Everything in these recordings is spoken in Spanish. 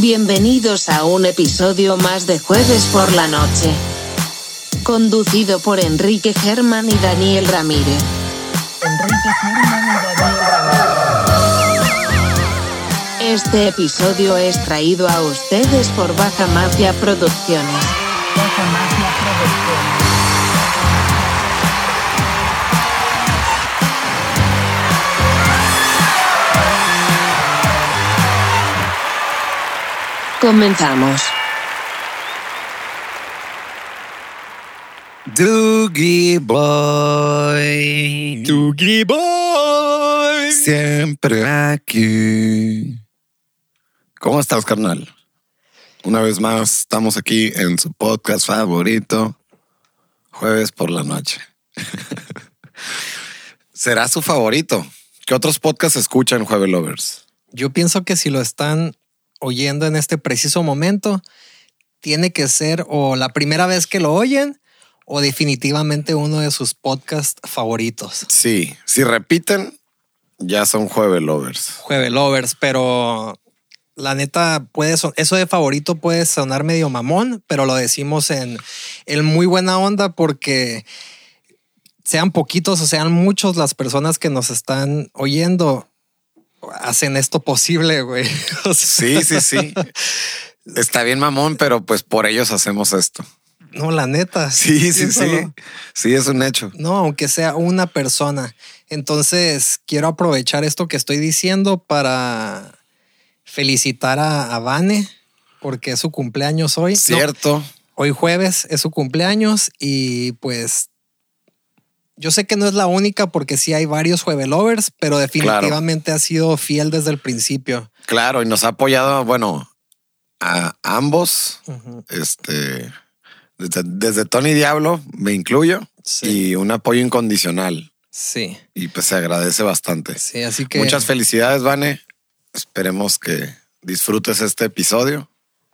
Bienvenidos a un episodio más de Jueves por la Noche. Conducido por Enrique Germán y Daniel Ramírez. Este episodio es traído a ustedes por Baja Mafia Producciones. Comenzamos. Dougie Boy. Dougie Boy. Siempre aquí. ¿Cómo estás, carnal? Una vez más, estamos aquí en su podcast favorito, Jueves por la Noche. ¿Será su favorito? ¿Qué otros podcasts escuchan, Jueves Lovers? Yo pienso que si lo están oyendo en este preciso momento, tiene que ser o la primera vez que lo oyen o definitivamente uno de sus podcasts favoritos. Sí, si repiten, ya son Jueves Lovers. Jueves Lovers, pero la neta, eso de favorito puede sonar medio mamón, pero lo decimos en muy buena onda porque sean poquitos o sean muchos las personas que nos están oyendo, hacen esto posible, güey. O sea, Sí. Está bien mamón, pero pues por ellos hacemos esto. No, la neta. Sí. Sí, es un hecho. No, aunque sea una persona. Entonces, quiero aprovechar esto que estoy diciendo para felicitar a Vane, porque es su cumpleaños hoy. Cierto. No, hoy jueves es su cumpleaños y pues yo sé que no es la única porque sí hay varios Jueves Lovers, pero definitivamente ha sido fiel desde el principio. Claro, y nos ha apoyado, bueno, a ambos. Uh-huh. Desde Tony Diablo, me incluyo, sí. Y un apoyo incondicional. Sí. Y pues se agradece bastante. Sí, así que muchas felicidades, Vane. Esperemos que disfrutes este episodio.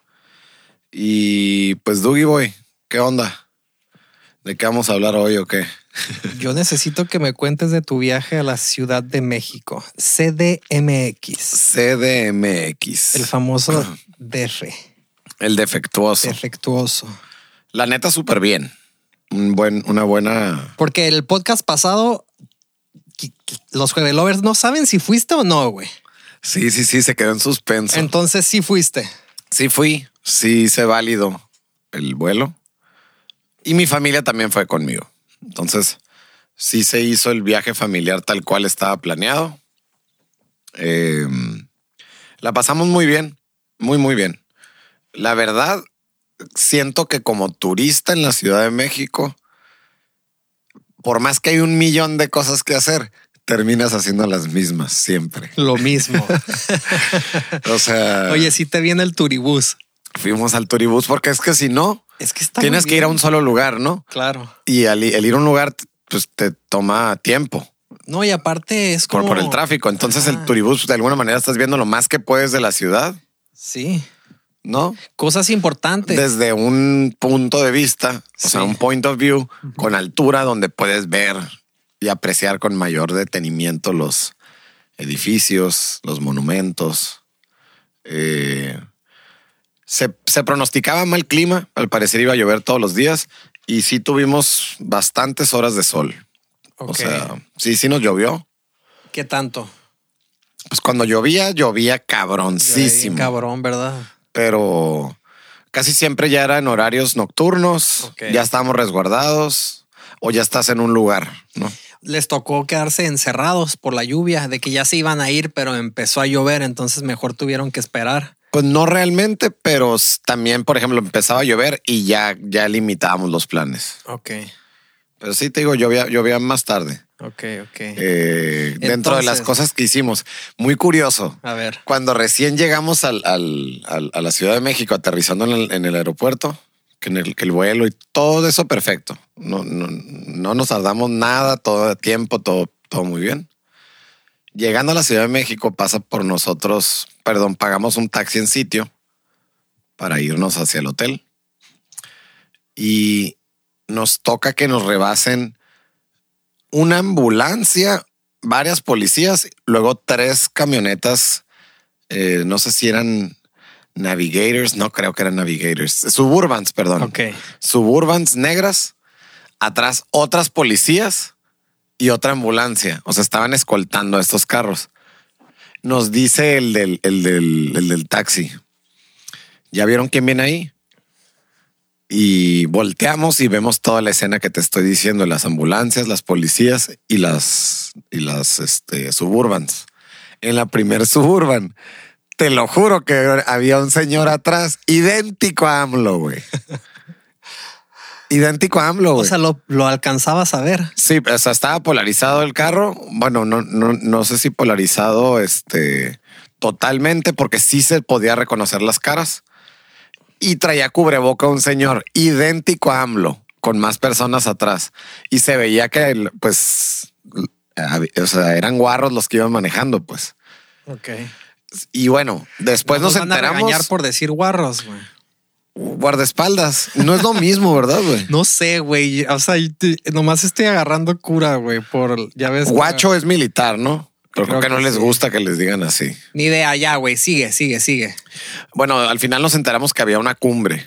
Y pues, Dougie Boy, ¿qué onda? ¿De qué vamos a hablar hoy o qué? Yo necesito que me cuentes de tu viaje a la Ciudad de México. CDMX. CDMX. El famoso DF. El defectuoso. Defectuoso. La neta, súper bien. Una buena... Porque el podcast pasado, los Jueves Lovers no saben si fuiste o no, güey. Sí, se quedó en suspenso. Entonces sí fuiste. Sí fui. Sí hice válido el vuelo. Y mi familia también fue conmigo. Entonces, sí se hizo el viaje familiar tal cual estaba planeado. La pasamos muy bien. Muy bien. La verdad, siento que como turista en la Ciudad de México, por más que hay 1,000,000 de cosas que hacer, terminas haciendo las mismas siempre. Lo mismo. O sea... Oye, sí te viene el turibús. Fuimos al turibús porque es que si no... Es que está tienes que ir a un solo lugar, ¿no? Claro. Y el ir a un lugar, pues te toma tiempo. No, y aparte es como... Por el tráfico. Entonces el turibús, de alguna manera, estás viendo lo más que puedes de la ciudad. Sí. ¿No? Cosas importantes. Desde un punto de vista, o sea, un point of view, con altura, donde puedes ver y apreciar con mayor detenimiento los edificios, los monumentos. Se pronosticaba mal clima, al parecer iba a llover todos los días y sí tuvimos bastantes horas de sol. Okay. O sea, sí nos llovió. ¿Qué tanto? Pues cuando llovía cabroncísimo. Cabrón, ¿verdad? Pero casi siempre ya eran horarios nocturnos, okay. Ya estábamos resguardados o ya estás en un lugar, ¿no? Les tocó quedarse encerrados por la lluvia, de que ya se iban a ir, pero empezó a llover, entonces mejor tuvieron que esperar. Pues no realmente, pero también, por ejemplo, empezaba a llover y ya limitábamos los planes. Ok. Pero sí te digo, llovía más tarde. Ok. Dentro de las cosas que hicimos. Muy curioso. A ver. Cuando recién llegamos a la Ciudad de México, aterrizando en el aeropuerto, que el vuelo y todo eso perfecto. No nos tardamos nada, todo a tiempo, todo muy bien. Llegando a la Ciudad de México pasa por nosotros, pagamos un taxi en sitio para irnos hacia el hotel y nos toca que nos rebasen una ambulancia, varias policías, luego 3 camionetas, no sé si eran Navigators, no creo que eran Navigators, Suburbans, perdón. Ok. Suburbans negras, atrás otras policías y otra ambulancia. O sea, estaban escoltando a estos carros. Nos dice el del taxi. ¿Ya vieron quién viene ahí? Y volteamos y vemos toda la escena que te estoy diciendo, las ambulancias, las policías y las Suburbans. En la primer Suburban, te lo juro que había un señor atrás idéntico a AMLO, güey. Idéntico a AMLO, güey. O sea, lo alcanzabas a ver. Sí, o sea, estaba polarizado el carro. Bueno, no sé si polarizado totalmente, porque sí se podía reconocer las caras. Y traía cubreboca un señor idéntico a AMLO, con más personas atrás. Y se veía que, pues, o sea, eran guarros los que iban manejando, pues. Ok. Y bueno, después nos van a regañar enteramos. por decir guarros, güey. Guardaespaldas. No es lo mismo, ¿verdad, güey? No sé, güey. O sea, nomás estoy agarrando cura, güey, ya ves. Guacho es militar, ¿no? Pero creo que no les sí. gusta que les digan así. Ni idea, ya, güey. Sigue. Bueno, al final nos enteramos que había una cumbre.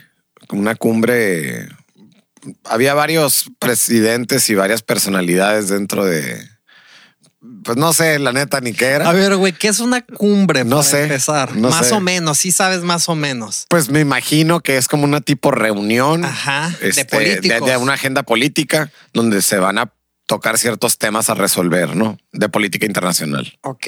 Había varios presidentes y varias personalidades dentro de... Pues no sé, la neta, ni qué era. A ver, güey, ¿qué es una cumbre? No para sé, empezar? no más sé. o menos, sí sabes más o menos. Pues me imagino que es como una tipo reunión. Ajá, de políticos. De una agenda política donde se van a tocar ciertos temas a resolver, ¿no? De política internacional. Ok.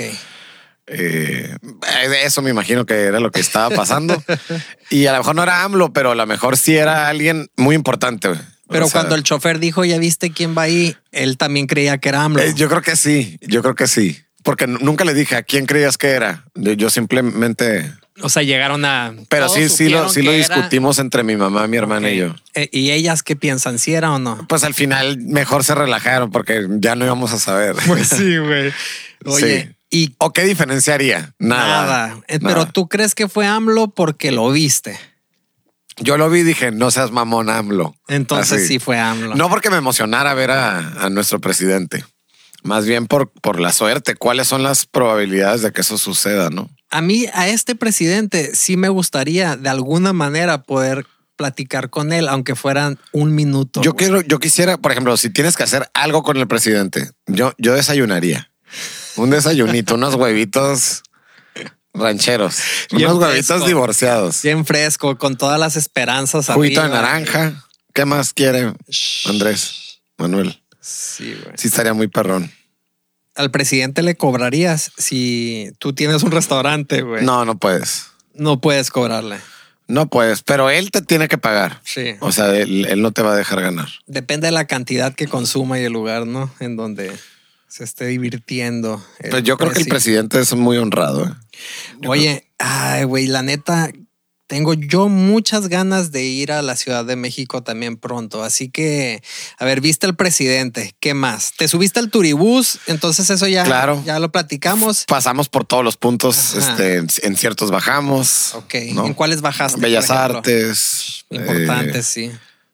Eso me imagino que era lo que estaba pasando. Y a lo mejor no era AMLO, pero a lo mejor sí era alguien muy importante. Pero O sea, cuando el chofer dijo, ya viste quién va ahí, él también creía que era AMLO. yo creo que sí. Porque nunca le dije a quién creías que era. Yo simplemente... O sea, llegaron a... Pero todos sí supieron lo que era- discutimos entre mi mamá, mi hermana Ok. y yo. ¿Y ellas qué piensan? ¿Si era o no? Pues al final mejor se relajaron porque ya no íbamos a saber. Pues sí, güey. Oye, Sí. y ¿O qué diferenciaría? Nada. Pero Nada. tú crees que fue AMLO porque lo viste. Yo lo vi y dije, no seas mamón, AMLO. Entonces Así. sí fue AMLO. No porque me emocionara ver a nuestro presidente. Más bien por la suerte. ¿Cuáles son las probabilidades de que eso suceda, no? A mí, a este presidente, sí me gustaría de alguna manera poder platicar con él, aunque fueran un minuto. Yo güey. quisiera, por ejemplo, si tienes que hacer algo con el presidente, yo desayunaría. Un desayunito, unos huevitos rancheros, Bien unos huevitos fresco. divorciados. Bien fresco, con todas las esperanzas. Juguito de arriba. naranja. ¿Qué más quiere Andrés Manuel? Sí, güey. Sí estaría muy perrón. Al presidente le cobrarías si tú tienes un restaurante, güey. No puedes. No puedes cobrarle. No puedes, pero él te tiene que pagar. Sí. O sea, él no te va a dejar ganar. Depende de la cantidad que consuma y el lugar, ¿no? En donde se esté divirtiendo. Pues yo creo que el presidente es muy honrado. Oye, ay, güey, la neta, tengo yo muchas ganas de ir a la Ciudad de México también pronto. Así que, a ver, viste al presidente. ¿Qué más? ¿Te subiste al turibús? Entonces eso ya, Claro. ya lo platicamos. Pasamos por todos los puntos. Ajá. En ciertos bajamos. Ok. ¿no? ¿En cuáles bajaste? Bellas por ejemplo? Artes. Importantes, sí.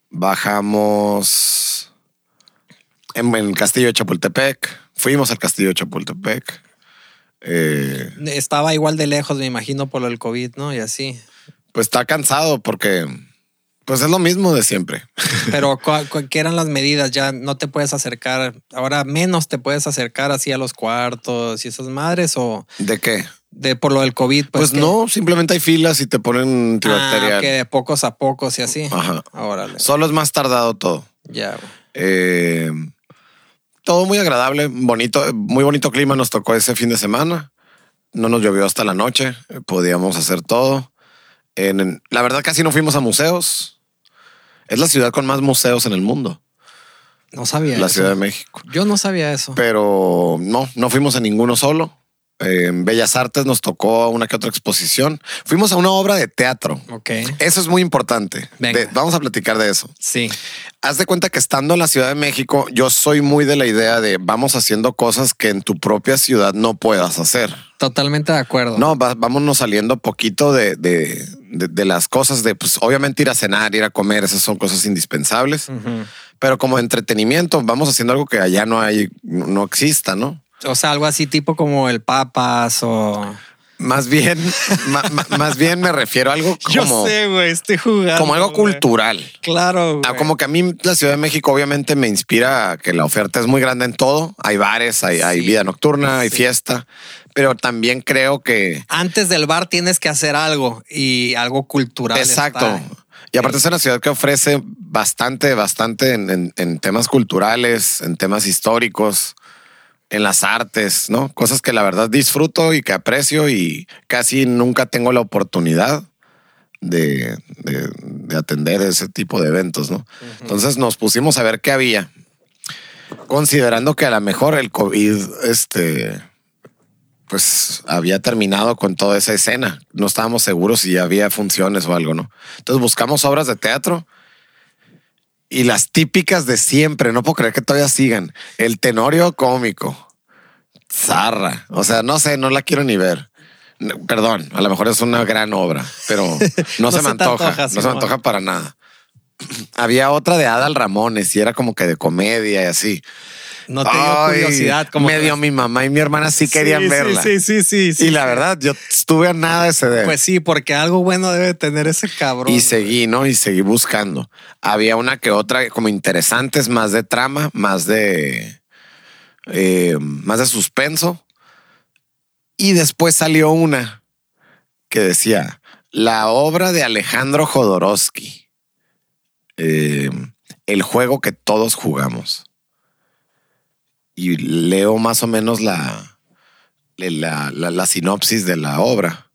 Bajamos en el Castillo de Chapultepec. Fuimos al Castillo de Chapultepec. Estaba igual de lejos, me imagino, por lo del COVID, ¿no? Y así. Pues está cansado porque pues es lo mismo de siempre. Pero ¿qué eran las medidas? Ya no te puedes acercar. Ahora menos te puedes acercar así a los cuartos y esas madres o ¿De qué? por lo del COVID. Pues que- no, simplemente hay filas y te ponen antibacterial. que de pocos a pocos y así. Ajá. Órale. Solo es más tardado todo. Ya, güey. Todo muy agradable, bonito, muy bonito clima nos tocó ese fin de semana. No nos llovió hasta la noche, podíamos hacer todo. La verdad casi no fuimos a museos. Es la ciudad con más museos en el mundo, No sabía la eso. Ciudad de México. Yo no sabía eso. Pero no fuimos a ninguno solo. En Bellas Artes nos tocó una que otra exposición. Fuimos a una obra de teatro. Ok. Eso es muy importante. Venga. Vamos a platicar de eso. Sí. Haz de cuenta que estando en la Ciudad de México, yo soy muy de la idea de vamos haciendo cosas que en tu propia ciudad no puedas hacer. Totalmente de acuerdo. No, vámonos saliendo poquito de las cosas de, pues obviamente ir a cenar, ir a comer, esas son cosas indispensables. Ujú. Pero como entretenimiento, vamos haciendo algo que allá no exista, ¿no? O sea, algo así tipo como el Papas o... Más bien, más bien me refiero a algo como... Yo sé, güey, estoy jugando. Como algo güey. cultural. Claro, güey. Como que a mí la Ciudad de México obviamente me inspira que la oferta es muy grande en todo. Hay bares, hay Sí. vida nocturna, hay Sí. fiesta. Pero también creo que... Antes del bar tienes que hacer algo y algo cultural. Exacto. está. Y aparte es una ciudad que ofrece bastante en temas culturales, en temas históricos, en las artes, ¿no? Cosas que la verdad disfruto y que aprecio y casi nunca tengo la oportunidad de atender ese tipo de eventos, ¿no? Entonces nos pusimos a ver qué había, considerando que a lo mejor el COVID, pues había terminado con toda esa escena. No estábamos seguros si había funciones o algo, ¿no? Entonces buscamos obras de teatro y las típicas de siempre. No puedo creer que todavía sigan. El Tenorio cómico. Zarra. O sea, no sé, no la quiero ni ver. Perdón, a lo mejor es una gran obra, pero no se me antoja. No se me antoja para nada. Había otra de Adal Ramones y era como que de comedia y así. No te dio curiosidad. Como medio mi mamá y mi hermana sí querían verla. Sí. Y la verdad, yo estuve a nada de ceder. Pues sí, porque algo bueno debe tener ese cabrón. Y seguí, ¿no? Y seguí buscando. Había una que otra como interesantes, más de trama, más de suspenso. Y después salió una que decía la obra de Alejandro Jodorowsky. El juego que todos jugamos. Y leo más o menos la sinopsis de la obra.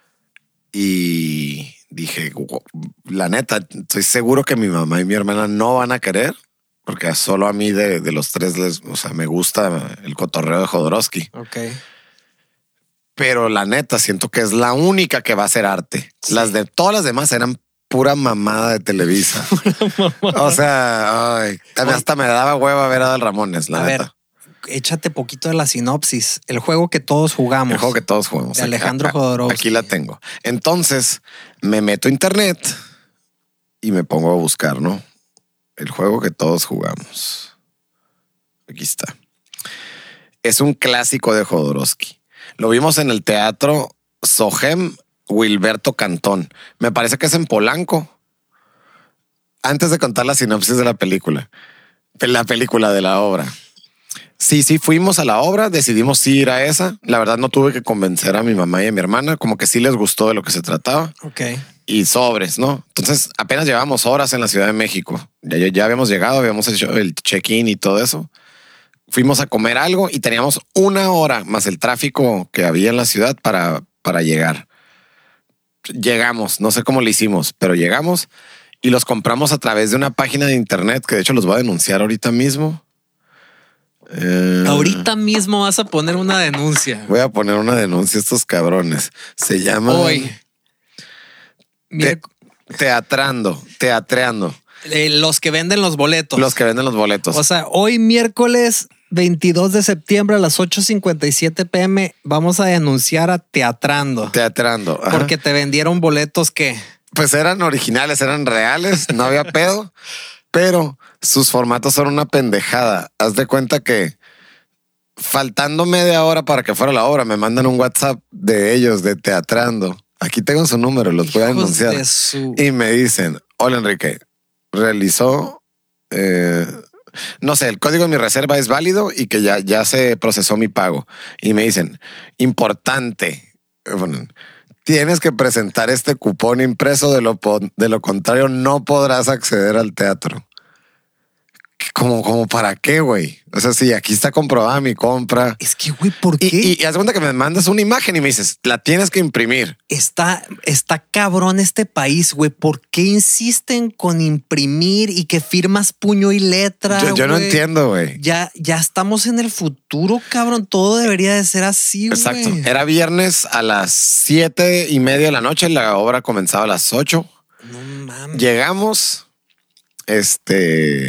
Y dije, la neta, estoy seguro que mi mamá y mi hermana no van a querer, porque solo a mí de los tres me gusta el cotorreo de Jodorowsky. Ok. Pero la neta, siento que es la única que va a ser arte. Sí. Todas las demás eran pura mamada de Televisa. O sea, hasta me daba hueva ver a Adal Ramones, la neta. Échate poquito de la sinopsis. El juego que todos jugamos. El juego que todos jugamos. De Alejandro Jodorowsky. Aquí la tengo. Entonces me meto a internet y me pongo a buscar, ¿no? El juego que todos jugamos. Aquí está. Es un clásico de Jodorowsky. Lo vimos en el teatro Sogem Wilberto Cantón. Me parece que es en Polanco. Antes de contar la sinopsis de la película de la obra. Sí, fuimos a la obra, decidimos ir a esa. La verdad no tuve que convencer a mi mamá y a mi hermana, como que sí les gustó de lo que se trataba. Ok. Y sobres, ¿no? Entonces apenas llevamos horas en la Ciudad de México. Ya habíamos llegado, habíamos hecho el check-in y todo eso. Fuimos a comer algo y teníamos 1 hora más el tráfico que había en la ciudad para llegar. Llegamos, no sé cómo lo hicimos, pero llegamos y los compramos a través de una página de internet que de hecho los voy a denunciar ahorita mismo. Ahorita mismo vas a poner una denuncia. Voy a poner una denuncia a estos cabrones. Se llama Hoy. Teatreando. Los que venden los boletos. Los que venden los boletos. O sea, hoy miércoles 22 de septiembre a las 8:57 p.m. vamos a denunciar a Teatrando. Ajá. Porque te vendieron boletos que... Pues eran originales, eran reales, no había pedo, pero sus formatos son una pendejada. Haz de cuenta que faltando media hora para que fuera la obra, me mandan un WhatsApp de ellos, de Teatrando. Aquí tengo su número, los voy a denunciar. Y me dicen, hola Enrique, realizó, no sé, el código de mi reserva es válido y que ya se procesó mi pago. Y me dicen, importante, bueno, tienes que presentar este cupón impreso, de lo contrario no podrás acceder al teatro. ¿Como para qué, güey? O sea, sí, aquí está comprobada mi compra. Es que, güey, ¿por qué? Y haz cuenta que me mandas una imagen y me dices, la tienes que imprimir. Está cabrón este país, güey. ¿Por qué insisten con imprimir y que firmas puño y letra? Yo no entiendo, güey. Ya estamos en el futuro, cabrón. Todo debería de ser así, güey. Exacto. Era viernes a las 7:30 de la noche. La obra comenzaba a las 8. No mames. Llegamos,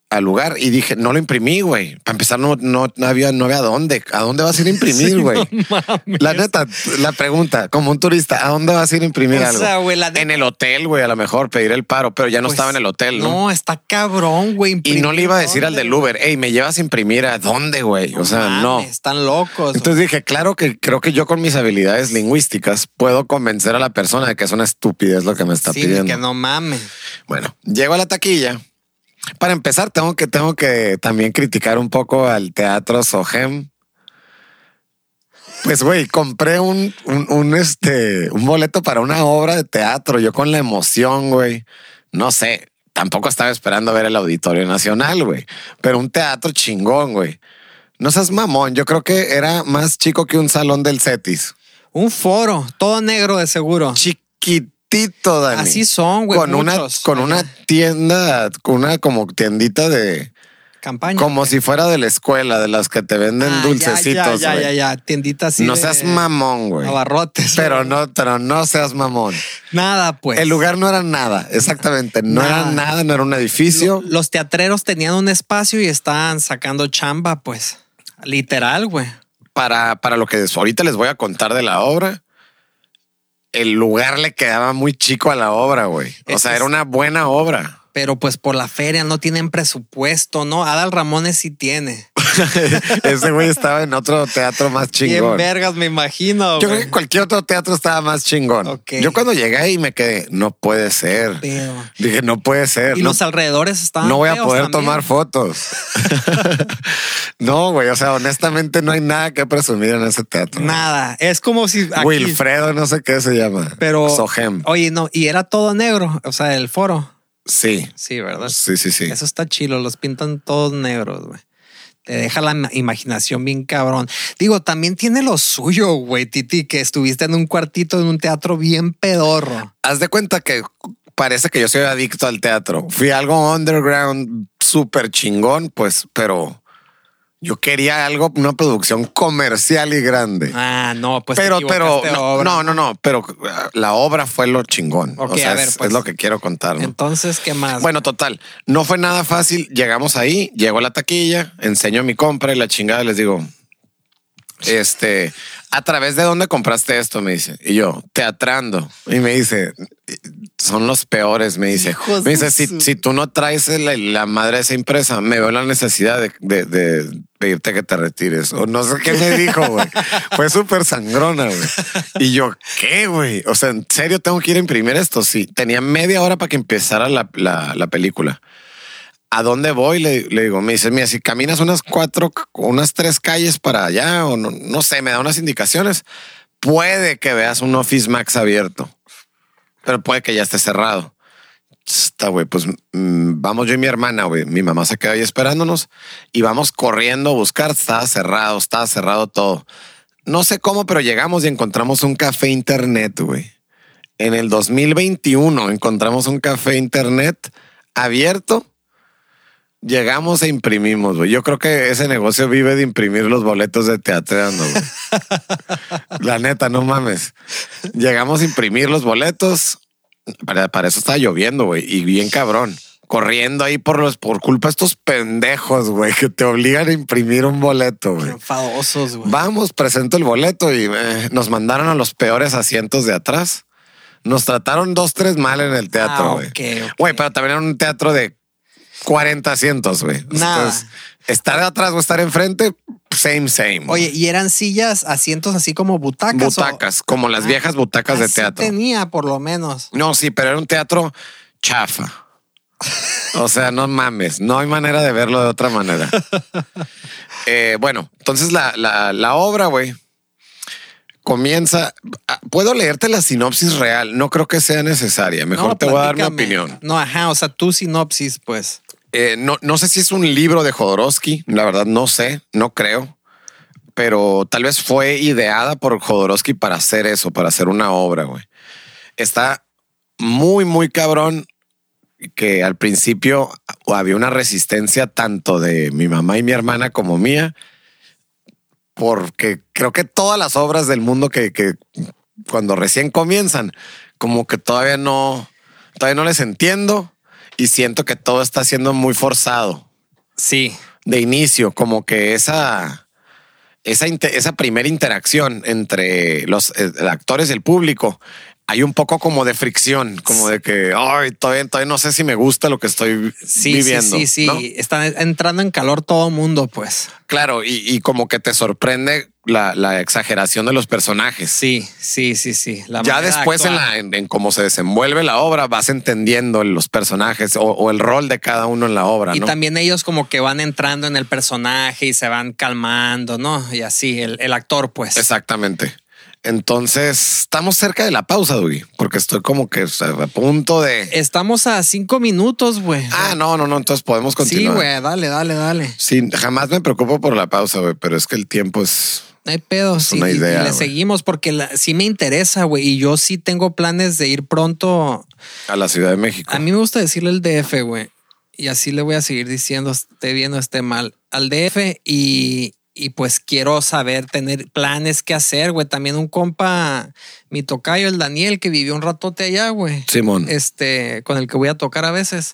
al lugar y dije, no lo imprimí, güey. Para empezar, no había a dónde. ¿A dónde vas a ir a imprimir, Sí, güey? no mames. La neta, la pregunta, como un turista, ¿a dónde vas a ir a imprimir O algo? sea, güey, la neta- En el hotel, güey, a lo mejor pedir el paro, pero ya no Pues, estaba en el hotel, ¿no? No, está cabrón, güey. Y no le iba a decir al ¿Dónde, del Uber, hey, ¿me llevas a imprimir a dónde, güey? O sea, mames, no. Están locos. Entonces dije, claro que creo que yo con mis habilidades lingüísticas puedo convencer a la persona de que es una estupidez lo que me está sí, pidiendo. que no mames. Bueno, llego a la taquilla. Para empezar, tengo que también criticar un poco al Teatro Sogem. Pues, güey, compré un boleto para una obra de teatro. Yo con la emoción, güey. No sé, tampoco estaba esperando ver el Auditorio Nacional, güey. Pero un teatro chingón, güey. No seas mamón. Yo creo que era más chico que un salón del Cetis. Un foro, todo negro de seguro. Chiquitito, Dani. Así son, güey. Con muchos. una tienda, con una como tiendita de... Campaña. Como si fuera de la escuela, de las que te venden dulcecitos, Ya, güey. tiendita así. No de seas mamón, güey. abarrotes. Pero güey. no seas mamón. Nada, pues. El lugar no era nada, exactamente. No Nada. era nada, no era un edificio. Los teatreros tenían un espacio y estaban sacando chamba, pues. Literal, güey. Para lo que ahorita les voy a contar de la obra, el lugar le quedaba muy chico a la obra, güey. O sea, era una buena obra. Pero pues por la feria no tienen presupuesto, ¿no? Adal Ramones sí tiene. Ese güey estaba en otro teatro más Bien chingón. vergas, me imagino. Yo güey. creo que cualquier otro teatro estaba más chingón. Ok. Yo cuando llegué ahí me quedé, no puede ser. Pero- Dije, no puede ser. Y no, los alrededores estaban no voy a feos poder también. tomar fotos. No, güey. O sea, honestamente no hay nada que presumir en ese teatro. Nada. Es como si aquí... Wilfredo, no sé qué se llama. Pero... Sogem. Oye, no. Y era todo negro. O sea, el foro. Sí. Sí, ¿verdad? Sí. Eso está chilo. Los pintan todos negros, güey. Te deja la imaginación bien cabrón. Digo, también tiene lo suyo, güey, Titi, que estuviste en un cuartito en un teatro bien pedorro. Haz de cuenta que parece que yo soy adicto al teatro. Fui a algo underground súper chingón, pues, pero yo quería algo, una producción comercial y grande. Ah, no, pues pero te equivocaste de obra. no, pero la obra fue lo chingón. Ok, o sea, a ver, pues. es lo que quiero contar, ¿no? Entonces, ¿qué más? Bueno, total, no fue nada fácil. Llegamos ahí, llego a la taquilla, enseño mi compra y la chingada les digo, ¿a través de dónde compraste esto? Me dice. Y yo, teatrando. Y me dice, son los peores, me dice. Hijos Me dice, de si, su- si tú no traes la madre de esa impresa, me veo la necesidad de pedirte que te retires. O no sé qué me dijo, güey. Fue súper sangrona, güey. Y yo, ¿qué, güey? O sea, ¿en serio tengo que ir a imprimir esto? Sí, tenía media hora para que empezara la película. ¿A dónde voy? Le digo, me dice, mira, si caminas unas 3 calles para allá o no sé, me da unas indicaciones. Puede que veas un Office Max abierto, pero puede que ya esté cerrado. Está, güey, pues vamos yo y mi hermana, güey. Mi mamá se quedó ahí esperándonos y vamos corriendo a buscar. Estaba cerrado todo. No sé cómo, pero llegamos y encontramos un café internet, güey. En el 2021 encontramos un café internet abierto. Llegamos e imprimimos, güey. Yo creo que ese negocio vive de imprimir los boletos de teatreando, güey. La neta, no mames. Llegamos a imprimir los boletos. Para eso estaba lloviendo, güey. Y bien cabrón. Corriendo ahí por culpa de estos pendejos, güey, que te obligan a imprimir un boleto, güey. Enfadosos, güey. Vamos, presento el boleto y nos mandaron a los peores asientos de atrás. Nos trataron 2-3 mal en el teatro, güey. Ok. Güey, pero también era un teatro de 40 asientos, güey. Nada. Entonces, estar atrás o estar enfrente, same. Oye, ¿y eran sillas, asientos así como butacas? Butacas, como las viejas butacas de así teatro. tenía, por lo menos. No, sí, pero era un teatro chafa. O sea, no mames, no hay manera de verlo de otra manera. Bueno, entonces la obra, güey, comienza. Puedo leerte la sinopsis real. No creo que sea necesaria. Mejor No, te voy a dar mi platícame. opinión. No, ajá, o sea, tu sinopsis, pues. No sé si es un libro de Jodorowsky. La verdad, no sé, no creo. Pero tal vez fue ideada por Jodorowsky para hacer eso, para hacer una obra, güey. Está muy cabrón que al principio había una resistencia tanto de mi mamá y mi hermana como mía, porque creo que todas las obras del mundo que cuando recién comienzan, como que todavía no les entiendo y siento que todo está siendo muy forzado. Sí. De inicio, como que esa primera interacción entre los actores y el público, hay un poco como de fricción, como de que ay, todavía no sé si me gusta lo que estoy viviendo. Sí. ¿No? Está entrando en calor todo mundo, pues. Claro, y como que te sorprende la exageración de los personajes. Sí. Ya después en cómo se desenvuelve la obra vas entendiendo los personajes o el rol de cada uno en la obra. Y ¿no? también ellos como que van entrando en el personaje y se van calmando, ¿no? Y así, el actor, pues. Exactamente. Entonces, estamos cerca de la pausa, Dugui, porque estoy como que a punto de... Estamos a 5 minutos, güey. No, entonces podemos continuar. Sí, güey, dale. Sí, jamás me preocupo por la pausa, güey, pero es que el tiempo es... No hay pedo, sí. Una idea, y le güey. seguimos porque sí me interesa, güey. Y yo sí tengo planes de ir pronto. A la Ciudad de México. A mí me gusta decirle el DF, güey. Y así le voy a seguir diciendo, esté bien o esté mal, al DF. Y pues quiero saber, tener planes que hacer, güey. También un compa, mi tocayo, el Daniel, que vivió un ratote allá, güey. Simón. Con el que voy a tocar a veces.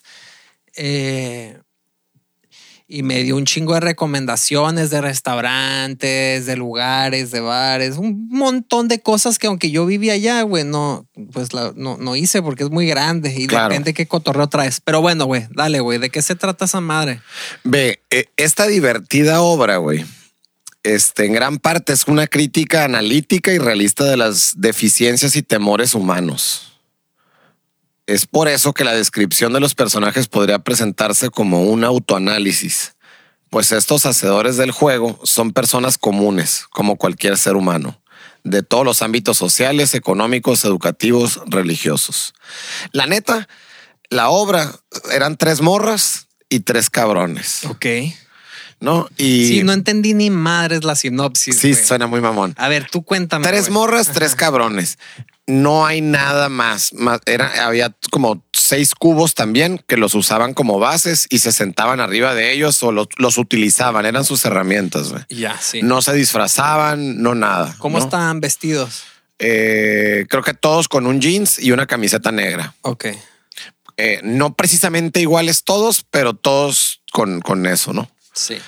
Y me dio un chingo de recomendaciones de restaurantes, de lugares, de bares, un montón de cosas que aunque yo vivía allá, güey, no hice porque es muy grande y Claro. depende qué cotorreo traes. Pero bueno, güey, dale, güey, ¿de qué se trata esa madre? Ve, esta divertida obra, güey, en gran parte es una crítica analítica y realista de las deficiencias y temores humanos. Es por eso que la descripción de los personajes podría presentarse como un autoanálisis, pues estos hacedores del juego son personas comunes, como cualquier ser humano, de todos los ámbitos sociales, económicos, educativos, religiosos. La neta, la obra eran 3 morras y 3 cabrones, Ok. ¿no? Y Sí, no entendí ni madres la sinopsis. sí, güey. suena muy mamón. A ver, tú cuéntame. 3 güey. morras, 3 cabrones. No hay nada más. Había como 6 cubos también que los usaban como bases y se sentaban arriba de ellos o los utilizaban. Eran sus herramientas. Güey. Ya, sí. No se disfrazaban, no nada. ¿Cómo ¿no? estaban vestidos? Creo que todos con un jeans y una camiseta negra. Ok. No precisamente iguales todos, pero todos con eso, ¿no? Sí.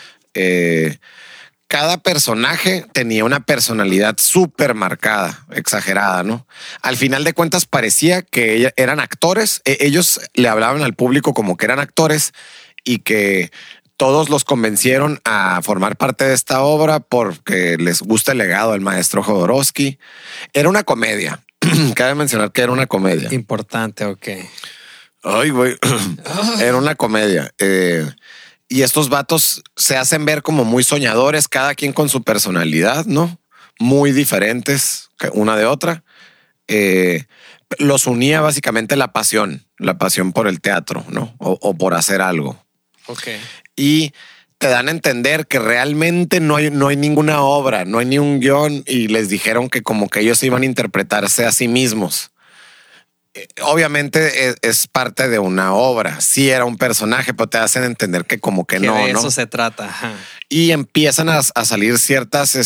Cada personaje tenía una personalidad súper marcada, exagerada, ¿no? Al final de cuentas parecía que eran actores. Ellos le hablaban al público como que eran actores y que todos los convencieron a formar parte de esta obra porque les gusta el legado del maestro Jodorowsky. Era una comedia. Cabe mencionar que era una comedia. Importante, ok. Ay, güey. Era una comedia. Y estos vatos se hacen ver como muy soñadores, cada quien con su personalidad, ¿no? Muy diferentes una de otra. Los unía básicamente la pasión por el teatro, ¿no? O por hacer algo. Ok. Y te dan a entender que realmente no hay ninguna obra, no hay ni un guión y les dijeron que como que ellos iban a interpretarse a sí mismos. Obviamente es parte de una obra. Sí era un personaje, pero te hacen entender que como que no, de ¿no? eso se trata. Ajá. Y empiezan a salir ciertas,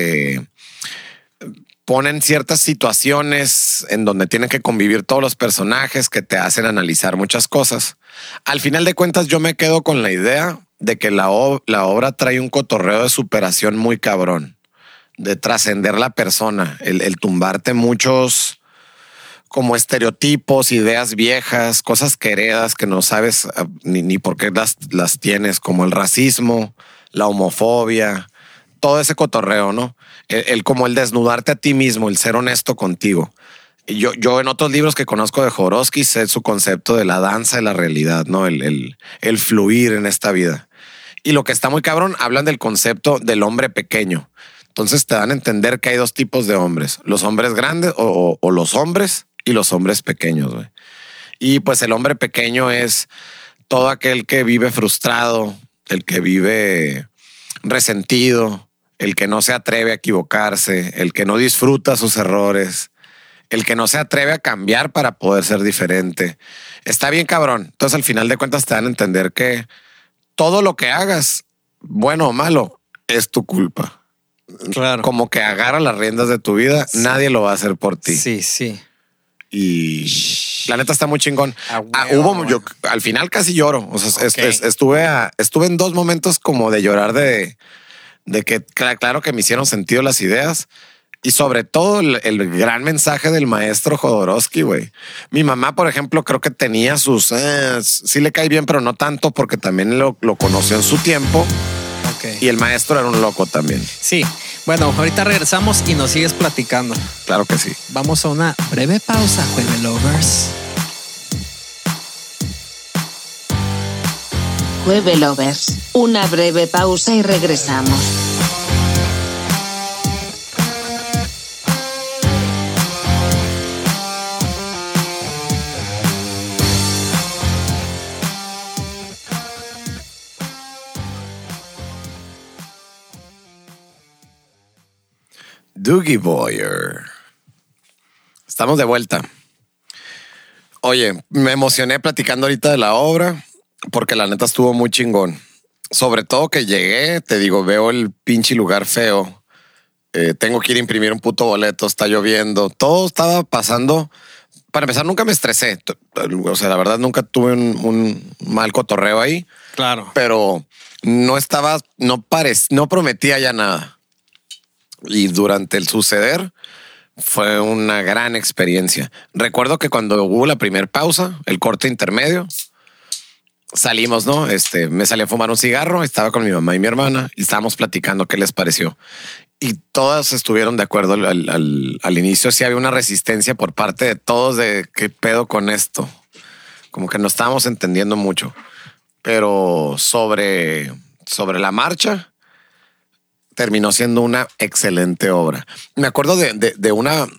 ponen ciertas situaciones en donde tienen que convivir todos los personajes que te hacen analizar muchas cosas. Al final de cuentas, yo me quedo con la idea de que la obra trae un cotorreo de superación muy cabrón, de trascender la persona, el tumbarte muchos como estereotipos, ideas viejas, cosas que heredas que no sabes ni por qué las tienes, como el racismo, la homofobia, todo ese cotorreo, ¿no? Como el desnudarte a ti mismo, el ser honesto contigo. Yo en otros libros que conozco de Jodorowsky sé su concepto de la danza de la realidad, ¿no? El fluir en esta vida. Y lo que está muy cabrón, hablan del concepto del hombre pequeño. Entonces te dan a entender que hay 2 tipos de hombres, los hombres grandes o los hombres y los hombres pequeños, güey. Y pues el hombre pequeño es todo aquel que vive frustrado, el que vive resentido, el que no se atreve a equivocarse, el que no disfruta sus errores, el que no se atreve a cambiar para poder ser diferente. Está bien cabrón. Entonces al final de cuentas te dan a entender que todo lo que hagas, bueno o malo, es tu culpa. Claro. Como que agarra las riendas de tu vida, Sí. nadie lo va a hacer por ti. Sí, sí. Y La neta está muy chingón. Yo al final casi lloro. O sea, Okay. estuve en dos momentos como de llorar de que claro que me hicieron sentido las ideas. Y sobre todo el gran mensaje del maestro Jodorowsky, güey. Mi mamá, por ejemplo, creo que tenía sus... sí le cae bien, pero no tanto porque también lo conoció en su tiempo. Okay. Y el maestro era un loco también. Sí. Bueno, ahorita regresamos y nos sigues platicando. Claro que sí. Vamos a una breve pausa, Jueves Lovers. Jueve Lovers, una breve pausa y regresamos. Doogie Boyer. Estamos de vuelta. Oye, me emocioné platicando ahorita de la obra porque la neta estuvo muy chingón. Sobre todo que llegué, te digo, veo el pinche lugar feo. Tengo que ir a imprimir un puto boleto, está lloviendo. Todo estaba pasando. Para empezar, nunca me estresé. O sea, la verdad, nunca tuve un mal cotorreo ahí. Claro. Pero no prometía ya nada. Y durante el suceder fue una gran experiencia. Recuerdo que cuando hubo la primer pausa, el corte intermedio, salimos, ¿no? Me salí a fumar un cigarro, estaba con mi mamá y mi hermana y estábamos platicando qué les pareció. Y todas estuvieron de acuerdo al inicio. Sí había una resistencia por parte de todos de qué pedo con esto. Como que no estábamos entendiendo mucho. Pero sobre la marcha, terminó siendo una excelente obra. Me acuerdo de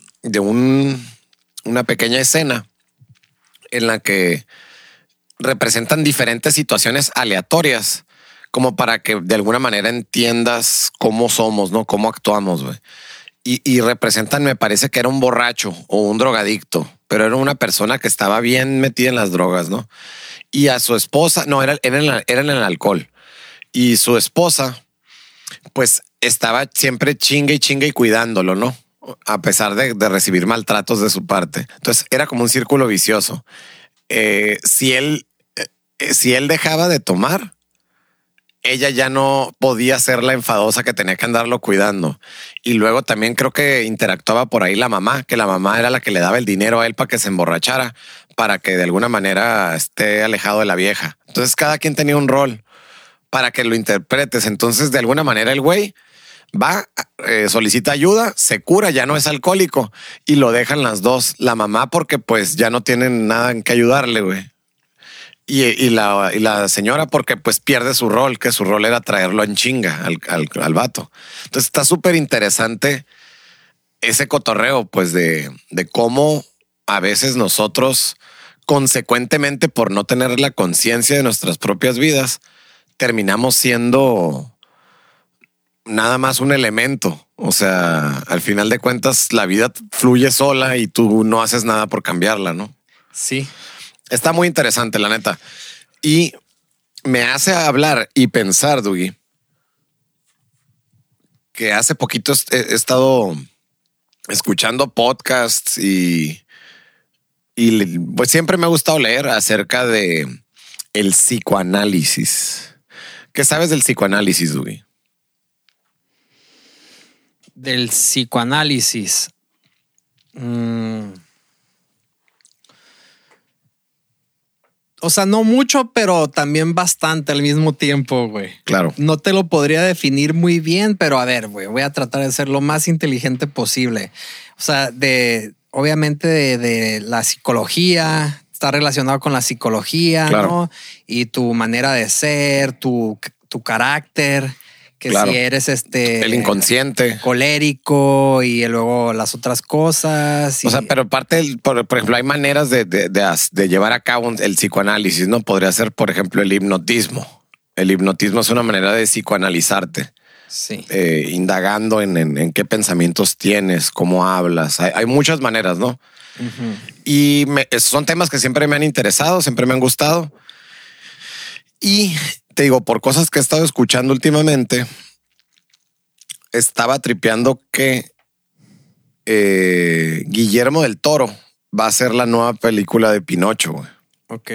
una pequeña escena en la que representan diferentes situaciones aleatorias como para que de alguna manera entiendas cómo somos, ¿no? Cómo actuamos, güey. Y representan, me parece que era un borracho o un drogadicto, pero era una persona que estaba bien metida en las drogas, ¿no? Y a su esposa, no, era en el alcohol. Y su esposa, pues estaba siempre chingue y cuidándolo, ¿no? A pesar de recibir maltratos de su parte. Entonces era como un círculo vicioso. Si él dejaba de tomar, ella ya no podía ser la enfadosa que tenía que andarlo cuidando. Y luego también creo que interactuaba por ahí la mamá, que la mamá era la que le daba el dinero a él para que se emborrachara, para que de alguna manera esté alejado de la vieja. Entonces cada quien tenía un rol para que lo interpretes. Entonces de alguna manera el güey va, solicita ayuda, se cura, ya no es alcohólico y lo dejan las dos. La mamá porque pues ya no tienen nada en que ayudarle, güey. Y la señora porque pues pierde su rol, que su rol era traerlo en chinga al vato. Entonces está súper interesante ese cotorreo pues de cómo a veces nosotros consecuentemente por no tener la conciencia de nuestras propias vidas terminamos siendo nada más un elemento. O sea, al final de cuentas, la vida fluye sola y tú no haces nada por cambiarla, ¿no? Sí. Está muy interesante, la neta. Y me hace hablar y pensar, Dougie, que hace poquito he estado escuchando podcasts y pues siempre me ha gustado leer acerca de el psicoanálisis. ¿Qué sabes del psicoanálisis, Dougie? Del psicoanálisis. O sea, no mucho, pero también bastante al mismo tiempo, güey. Claro. No te lo podría definir muy bien, pero a ver, güey, voy a tratar de ser lo más inteligente posible. O sea, obviamente de la psicología, está relacionado con la psicología, claro, ¿no? Y tu manera de ser, tu carácter. Que claro, si eres el inconsciente, colérico y luego las otras cosas. O sea, pero por ejemplo, hay maneras de llevar a cabo el psicoanálisis, ¿no? Podría ser, por ejemplo, el hipnotismo. El hipnotismo es una manera de psicoanalizarte. Sí. Indagando en qué pensamientos tienes, cómo hablas. Hay muchas maneras, ¿no? Uh-huh. Y son temas que siempre me han interesado, siempre me han gustado. Y te digo, por cosas que he estado escuchando últimamente, estaba tripeando que Guillermo del Toro va a ser la nueva película de Pinocho, güey. Ok.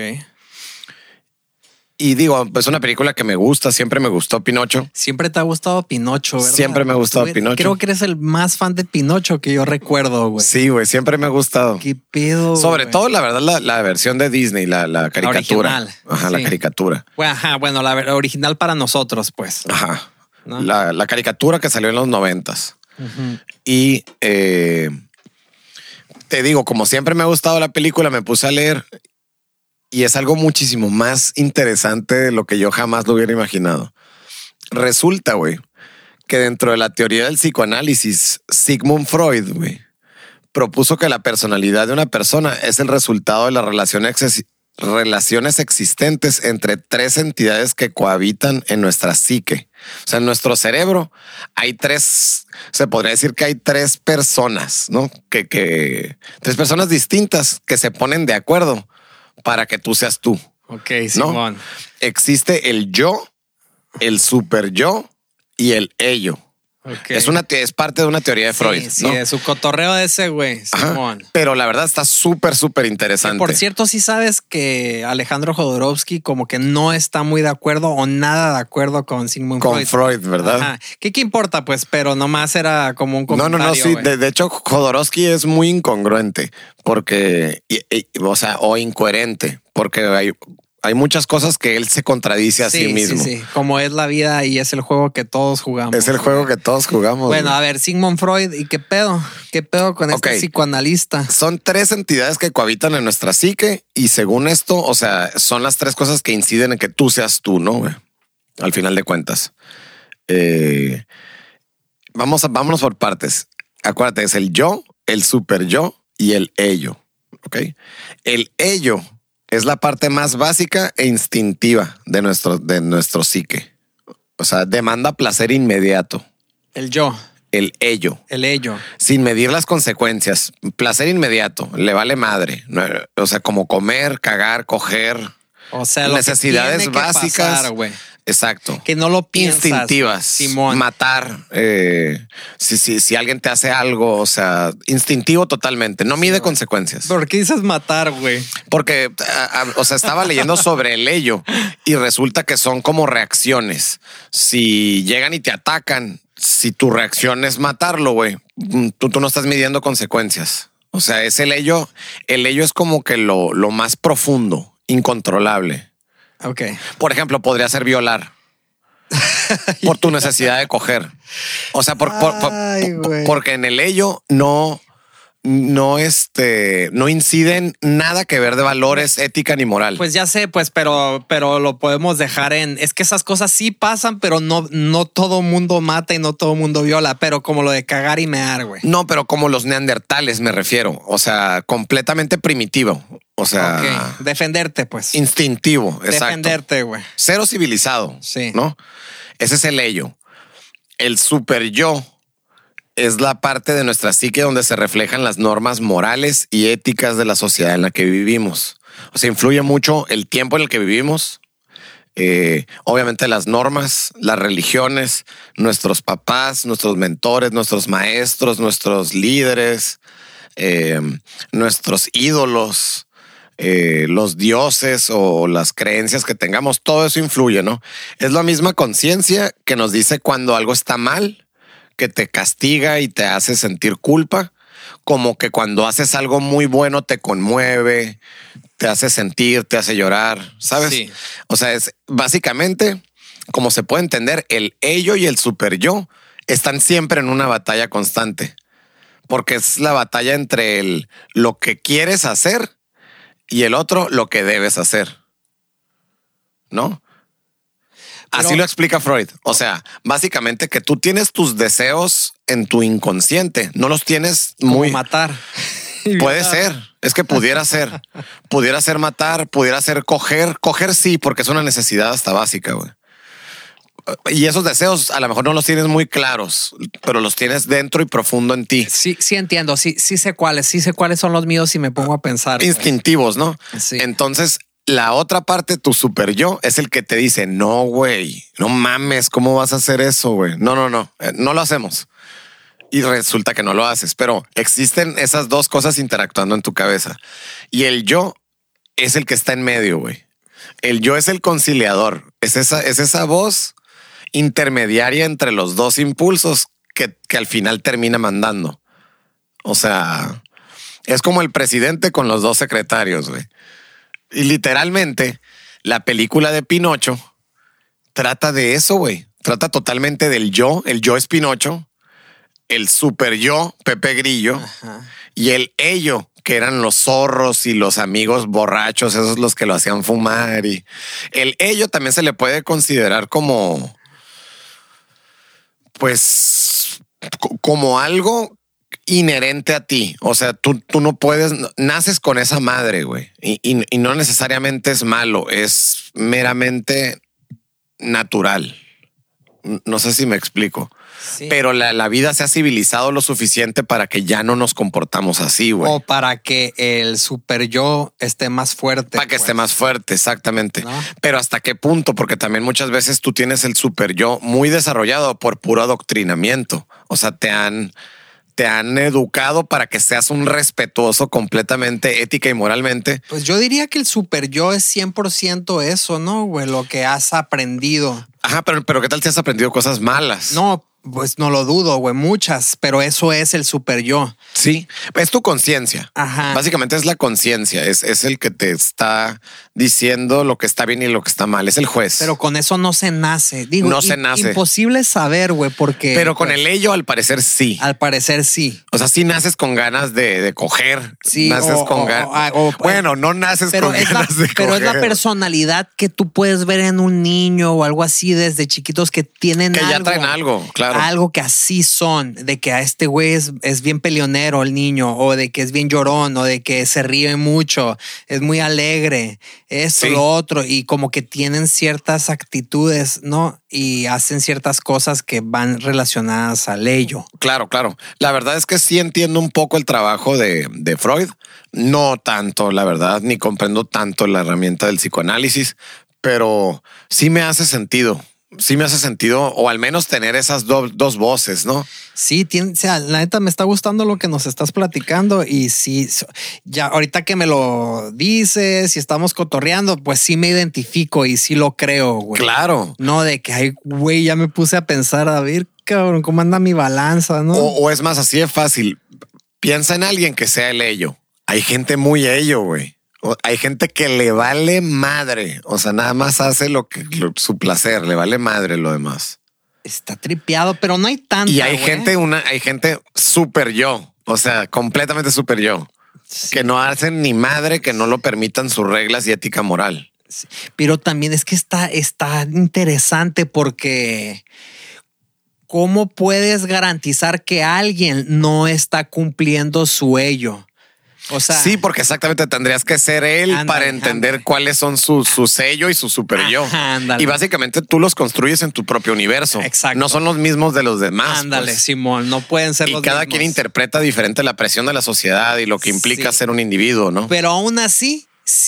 Y digo, es una película que me gusta, siempre me gustó Pinocho. Siempre te ha gustado Pinocho, ¿verdad? Siempre me ha gustado Pinocho. Creo que eres el más fan de Pinocho que yo recuerdo, güey. Sí, güey, siempre me ha gustado. ¿Qué pedo? Sobre güey? todo, la verdad, la versión de Disney, la caricatura. original, Ajá, sí. la caricatura. Bueno, la original para nosotros, pues. Ajá. ¿No? La caricatura que salió en los 90s. Ujú. Y te digo, como siempre me ha gustado la película, me puse a leer y es algo muchísimo más interesante de lo que yo jamás lo hubiera imaginado. Resulta, güey, que dentro de la teoría del psicoanálisis, Sigmund Freud, güey, propuso que la personalidad de una persona es el resultado de las relaciones existentes entre tres entidades que cohabitan en nuestra psique. O sea, en nuestro cerebro hay tres, se podría decir que hay tres personas, ¿no? Tres personas distintas que se ponen de acuerdo para que tú seas tú. Ok, Simón. ¿No? Existe el yo, el super yo y el ello. Okay. Es parte de una teoría de Freud. Sí, ¿no? de su cotorreo de ese güey, Ajá, Simón. pero la verdad está súper Que, interesante. por cierto, sí sabes que Alejandro Jodorowsky como que no está muy de acuerdo o nada de acuerdo con Sigmund Con Freud. Freud, ¿verdad? Ajá. ¿Qué importa? Pues, pero nomás era como un comentario. No, sí. güey. De hecho, Jodorowsky es muy incongruente porque, o incoherente, porque hay muchas cosas que él se contradice a sí mismo. Sí, como es la vida y es el juego que todos jugamos. Es el juego que todos jugamos. Bueno, güey. a ver, Sigmund Freud, ¿y qué pedo? ¿Qué pedo con este psicoanalista? Son tres entidades que cohabitan en nuestra psique y según esto, o sea, son las tres cosas que inciden en que tú seas tú, ¿no? Güey? Al final de cuentas. Vámonos por partes. Acuérdate, es el yo, el super yo y el ello. ¿Ok? El ello es la parte más básica e instintiva de nuestro psique. O sea, demanda placer inmediato. El yo, El ello. el ello. Sin medir las consecuencias. Placer inmediato. Le vale madre. No, o sea, como comer, cagar, coger. O sea, lo Necesidades que tiene que básicas. pasar, güey. Exacto. Que no lo piensas. Instintivas. Simón. Matar. Si alguien te hace algo, o sea, instintivo totalmente. No mide consecuencias. ¿Por qué dices matar, güey? Porque, o sea, estaba leyendo sobre el ello y resulta que son como reacciones. Si llegan y te atacan, si tu reacción es matarlo, güey, tú no estás midiendo consecuencias. O sea, es el ello. El ello es como que lo más profundo, incontrolable. Ok. Por ejemplo, podría ser violar por tu necesidad de coger. O sea, Ay, güey. porque en el ello no inciden nada que ver de valores, ética ni moral. Pues ya sé, pues, pero lo podemos dejar en. Es que esas cosas sí pasan, pero no todo mundo mata y no todo mundo viola, pero como lo de cagar y mear, güey. No, pero como los neandertales me refiero. O sea, completamente primitivo. O sea, Ok. Defenderte, pues. instintivo. Exacto. Defenderte, güey. Cero civilizado. Sí. ¿No? Ese es el ello. El super yo es la parte de nuestra psique donde se reflejan las normas morales y éticas de la sociedad en la que vivimos. O sea, influye mucho el tiempo en el que vivimos. Obviamente las normas, las religiones, nuestros papás, nuestros mentores, nuestros maestros, nuestros líderes, nuestros ídolos, los dioses o las creencias que tengamos, todo eso influye, ¿no? Es la misma conciencia que nos dice cuando algo está mal, que te castiga y te hace sentir culpa, como que cuando haces algo muy bueno te conmueve, te hace sentir, te hace llorar, ¿sabes? Sí. O sea, es básicamente, como se puede entender, el ello y el super yo están siempre en una batalla constante, porque es la batalla entre lo que quieres hacer y el otro lo que debes hacer, ¿no? Pero, así lo explica Freud. O sea, básicamente que tú tienes tus deseos en tu inconsciente, no los tienes como muy... matar. Puede ser, es que pudiera ser matar, pudiera ser coger sí, porque es una necesidad hasta básica, güey. Y esos deseos a lo mejor no los tienes muy claros, pero los tienes dentro y profundo en ti. Sí entiendo. Sí sé cuáles son los míos y me pongo a pensar. güey. Instintivos, ¿no? Sí. Entonces, la otra parte, tu super yo, es el que te dice, no, güey, no mames, ¿cómo vas a hacer eso, güey? No lo hacemos. y resulta que no lo haces. Pero existen esas dos cosas interactuando en tu cabeza. Y el yo es el que está en medio, güey. El yo es el conciliador. Es esa voz intermediaria entre los dos impulsos que al final termina mandando. O sea, es como el presidente con los dos secretarios, güey. Y literalmente la película de Pinocho trata de eso, güey. Trata totalmente del yo. El yo es Pinocho, el super yo, Pepe Grillo, y el ello, que eran los zorros y los amigos borrachos, esos los que lo hacían fumar. Y el ello también se le puede considerar como, pues, como algo inherente a ti. O sea, tú no puedes, naces con esa madre, güey. Y no necesariamente es malo, es meramente natural. No sé si me explico. Sí. Pero la vida se ha civilizado lo suficiente para que ya no nos comportamos así, güey. O para que el super yo esté más fuerte. Para que esté más fuerte, exactamente. ¿No? Pero ¿hasta qué punto? Porque también muchas veces tú tienes el super yo muy desarrollado por puro adoctrinamiento. O sea, te han educado para que seas un respetuoso completamente ética y moralmente. Pues yo diría que el super yo es 100% eso, ¿no, güey? Lo que has aprendido. Ajá, pero ¿qué tal si has aprendido cosas malas? No, pues no lo dudo, güey, muchas, pero eso es el super yo. Sí, es tu conciencia. Ajá. Básicamente es la conciencia, es el que te está diciendo lo que está bien y lo que está mal, es el juez. Pero con eso no se nace. Digo, no se nace. Imposible saber, güey, porque... Pero con el ello al parecer sí. Al parecer sí. O sea, sí naces con ganas de coger. Sí. Naces con ganas. Bueno, no naces con ganas de coger. Pero es la personalidad que tú puedes ver en un niño o algo así desde chiquitos que tienen algo. Que ya traen algo, claro. Algo que así son, de que a este güey es bien peleonero el niño, o de que es bien llorón, o de que se ríe mucho, es muy alegre, esto, sí. Lo otro, y como que tienen ciertas actitudes, ¿no? Y hacen ciertas cosas que van relacionadas al ello. Claro, claro. La verdad es que sí entiendo un poco el trabajo de Freud. No tanto, la verdad, ni comprendo tanto la herramienta del psicoanálisis, pero sí me hace sentido. Sí me hace sentido, o al menos tener esas dos voces, ¿no? Sí, o sea, la neta me está gustando lo que nos estás platicando y sí, ya ahorita que me lo dices y estamos cotorreando, pues sí me identifico y sí lo creo, güey. Claro. No de que, ay, güey, ya me puse a pensar, a ver, cabrón, cómo anda mi balanza, ¿no? O es más, así de fácil. Piensa en alguien que sea el ello. Hay gente muy ello, güey. Hay gente que le vale madre. O sea, nada más hace su placer, le vale madre lo demás. Está tripeado, pero no hay tanto. Y hay gente súper yo. O sea, completamente súper yo. Sí. Que no hacen ni madre que no lo permitan sus reglas y ética moral. Sí. Pero también es que está interesante porque ¿cómo puedes garantizar que alguien no está cumpliendo su ello? O sea, sí, porque exactamente tendrías que ser él para entender cuáles son su sello y su super yo. Y básicamente tú los construyes en tu propio universo. Exacto. No son los mismos de los demás. Ándale, pues. Simón, no pueden ser los mismos. Y cada quien interpreta diferente la presión de la sociedad y lo que implica ser un individuo, ¿no? Pero aún así,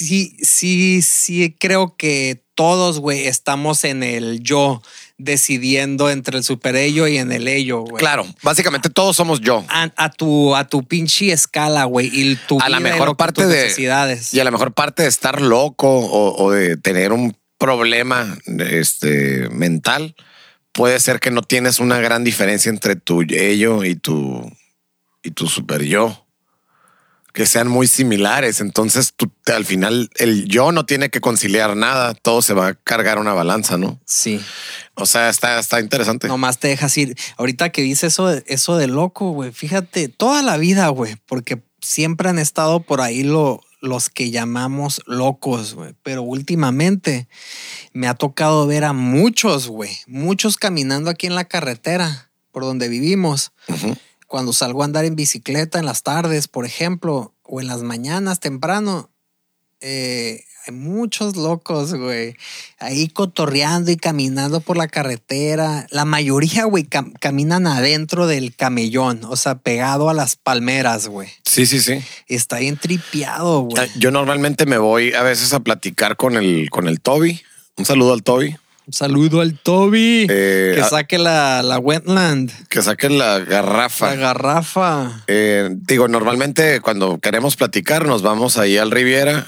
sí creo que todos, güey, estamos en el yo, decidiendo entre el super ello y en el ello, güey. Claro, básicamente todos somos yo. A tu pinche escala, güey, y tu a vida la mejor parte tus de necesidades. Y a la mejor parte de estar loco o de tener un problema mental puede ser que no tienes una gran diferencia entre tu ello y tu super yo. Que sean muy similares. Entonces al final el yo no tiene que conciliar nada. Todo se va a cargar una balanza, ¿no? Sí. O sea, está interesante. Nomás te dejas ir. Ahorita que dices eso de loco, güey. Fíjate, toda la vida, güey, porque siempre han estado por ahí los que llamamos locos, güey. Pero últimamente me ha tocado ver a muchos, güey. Muchos caminando aquí en la carretera por donde vivimos. Uh-huh. Cuando salgo a andar en bicicleta en las tardes, por ejemplo, o en las mañanas temprano, hay muchos locos, güey, ahí cotorreando y caminando por la carretera. La mayoría, güey, caminan adentro del camellón, o sea, pegado a las palmeras, güey. Sí. Está bien tripeado, güey. Yo normalmente me voy a veces a platicar con el Toby. Un saludo al Toby. Un saludo al Toby. Que a- saque la wetland. Que saquen la garrafa. La garrafa. Digo, normalmente cuando queremos platicar nos vamos ahí al Riviera,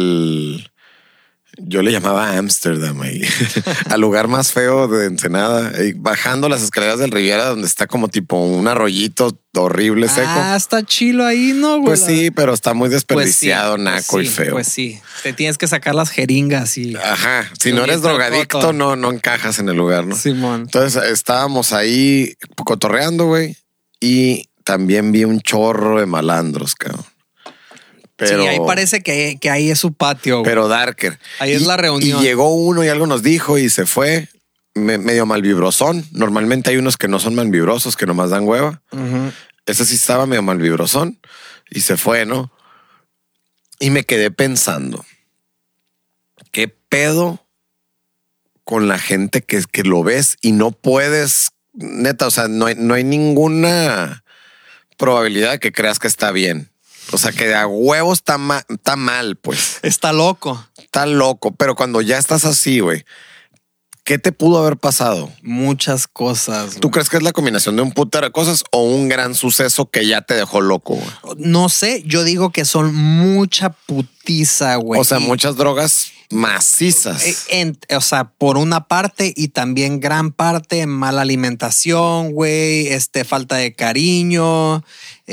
yo le llamaba Ámsterdam ahí, al lugar más feo de Ensenada, ahí bajando las escaleras del Riviera donde está como tipo un arroyito horrible seco. Ah, está chilo ahí, ¿no, güey? Pues sí, pero está muy desperdiciado, Pues naco sí, y feo. Pues sí, te tienes que sacar las jeringas y... Ajá, si no Bonito eres drogadicto, foto. no encajas en el lugar, ¿no? Simón. Entonces estábamos ahí cotorreando, güey, y también vi un chorro de malandros, cabrón. Pero, sí, ahí parece que ahí es su patio, güey. pero darker. Ahí es la reunión. Y llegó uno y algo nos dijo y se fue medio malvibrosón. Normalmente hay unos que no son malvibrosos, que nomás dan hueva. Ujú. Ese sí estaba medio malvibrosón y se fue, ¿no? Y me quedé pensando, ¿qué pedo con la gente que lo ves y no puedes, neta, o sea, no hay ninguna probabilidad de que creas que está bien? O sea, que a huevos está mal, pues. Está loco. Está loco, pero cuando ya estás así, güey, ¿qué te pudo haber pasado? Muchas cosas. ¿Tú güey. crees que es la combinación de un putero de cosas o un gran suceso que ya te dejó loco, güey? No sé, yo digo que son mucha putiza, güey. O sea, Y- muchas drogas macizas. o sea, por una parte y también gran parte mala alimentación, güey, falta de cariño,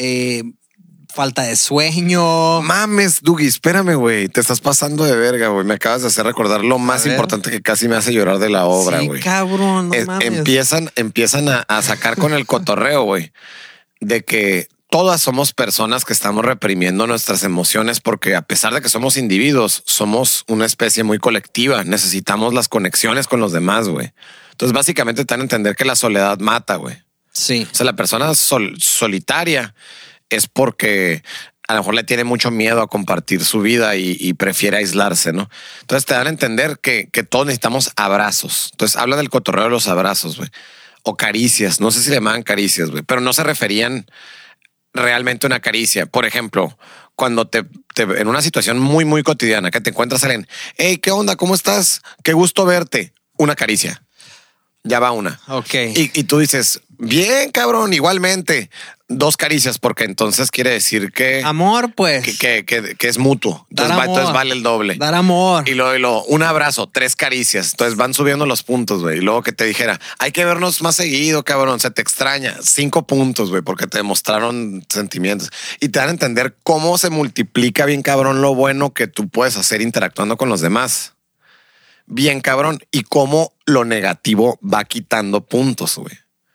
falta de sueño. Mames, Dougie, espérame, güey. Te estás pasando de verga, güey. Me acabas de hacer recordar lo más ver. importante que casi me hace llorar de la obra, Sí, güey. cabrón, no mames. Empiezan a sacar con el cotorreo, güey, de que todas somos personas que estamos reprimiendo nuestras emociones porque a pesar de que somos individuos, somos una especie muy colectiva. Necesitamos las conexiones con los demás, güey. Entonces, básicamente te dan a entender que la soledad mata, güey. Sí. O sea, la persona solitaria es porque a lo mejor le tiene mucho miedo a compartir su vida y prefiere aislarse, ¿no? Entonces te dan a entender que todos necesitamos abrazos. Entonces habla del cotorreo de los abrazos, güey. O caricias. No sé si le llamaban caricias, güey, pero no se referían realmente a una caricia. Por ejemplo, cuando en una situación muy, muy cotidiana que te encuentras a alguien, hey, ¿qué onda? ¿Cómo estás? Qué gusto verte. Una caricia. Ya va una. Ok. Y tú dices, bien, cabrón, igualmente. 2 caricias, porque entonces quiere decir que, Amor, pues. que es mutuo. Entonces, Dar amor. entonces vale el doble. Dar amor. Y luego, un abrazo, 3 caricias. Entonces van subiendo los puntos, güey. Y luego que te dijera, hay que vernos más seguido, cabrón. Se te extraña. 5 puntos, güey, porque te demostraron sentimientos. Y te dan a entender cómo se multiplica bien, cabrón, lo bueno que tú puedes hacer interactuando con los demás. Bien, cabrón. Y cómo lo negativo va quitando puntos, güey.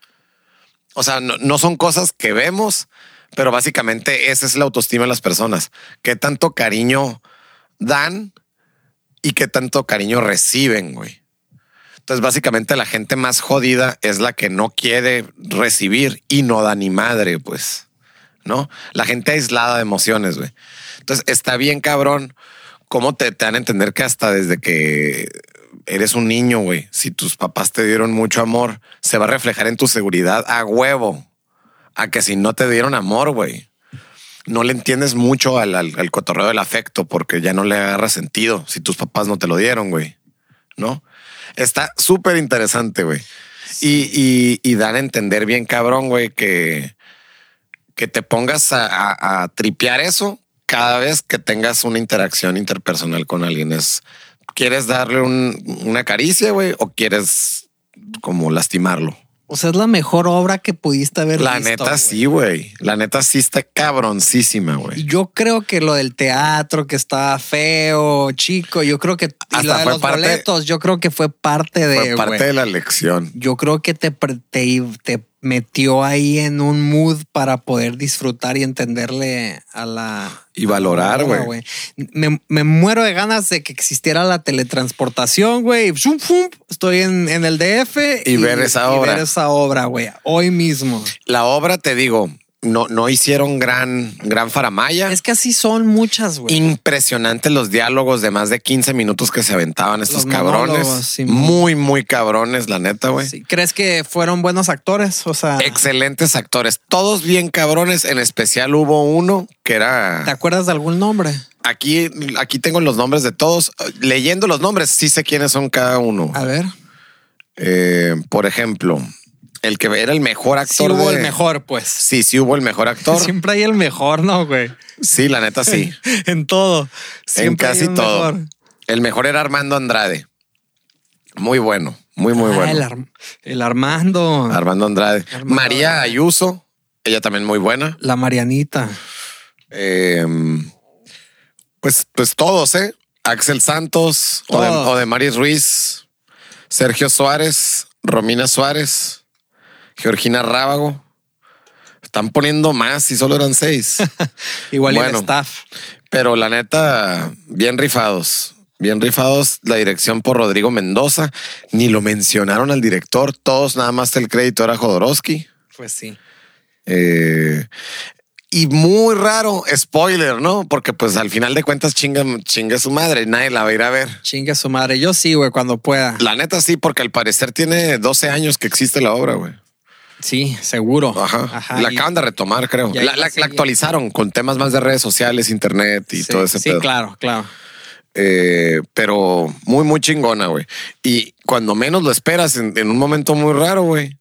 O sea, no son cosas que vemos, pero básicamente esa es la autoestima de las personas. Qué tanto cariño dan y qué tanto cariño reciben, güey. Entonces, básicamente la gente más jodida es la que no quiere recibir y no da ni madre, pues, ¿no? La gente aislada de emociones, güey. Entonces, está bien, cabrón, cómo te dan a entender que hasta desde que eres un niño, güey, si tus papás te dieron mucho amor, se va a reflejar en tu seguridad a huevo. A que si no te dieron amor, güey, no le entiendes mucho al cotorreo del afecto porque ya no le agarra sentido si tus papás no te lo dieron, güey, ¿no? Está súper interesante, güey. Y dan a entender bien, cabrón, güey, que te pongas a tripear eso cada vez que tengas una interacción interpersonal con alguien. ¿Quieres darle una caricia, güey? ¿O quieres como lastimarlo? O sea, es la mejor obra que pudiste haber La visto. neta güey. sí, güey. La neta sí está cabroncísima, Y güey. yo creo que lo del teatro, que estaba feo, chico, yo creo que... Y Hasta lo de fue los parte- boletos, yo creo que fue parte de... Fue parte güey. de la lección. Yo creo que te metió ahí en un mood para poder disfrutar y entenderle a la... Y valorar, a la obra, güey. Me muero de ganas de que existiera la teletransportación, güey. Fum, fum, estoy en el DF. Y ver esa obra. ver esa obra, güey. Hoy mismo. La obra, te digo, no hicieron gran faramaya. Es que así son muchas, güey. Impresionante los diálogos de más de 15 minutos que se aventaban estos Los cabrones. monólogos, sí, muy, muy cabrones, la neta, güey. Sí. ¿Crees que fueron buenos actores? O sea, Excelentes actores, todos bien cabrones. En especial hubo uno que ¿te era... acuerdas de algún nombre? Aquí tengo los nombres de todos. Leyendo los nombres, sí sé quiénes son cada uno. A ver. Por ejemplo, el que era el mejor actor. Sí hubo el mejor, pues. Sí hubo el mejor actor. Siempre hay el mejor, ¿no, güey? Sí, la neta sí. En todo. Siempre en casi hay el todo. Mejor. El mejor era Armando Andrade. Muy bueno, muy bueno. El Armando. Armando Andrade. Armando María Andrade. Ayuso, ella también muy buena. La Marianita. Pues todos, ¿eh? Axel Santos, Todos. Odemaris Ruiz, Sergio Suárez, Romina Suárez, Georgina Rábago. Están poniendo más y solo eran 6. Igual y el Bueno. staff. Pero la neta, bien rifados. Bien rifados. La dirección por Rodrigo Mendoza. Ni lo mencionaron al director. Todos, nada más el crédito era Jodorowsky. Pues sí. Y muy raro, spoiler, ¿no? Porque pues al final de cuentas chinga su madre. Nadie la va a ir a ver. Chingue su madre. Yo sí, güey, cuando pueda. La neta sí, porque al parecer tiene 12 años que existe la obra, güey. Sí, seguro. Ajá. La acaban de retomar, creo. Ya iba La a seguir. actualizaron con temas más de redes sociales, internet y Sí, todo ese sí, pedo. claro. Pero muy chingona, güey. Y cuando menos lo esperas, en un momento muy raro, güey,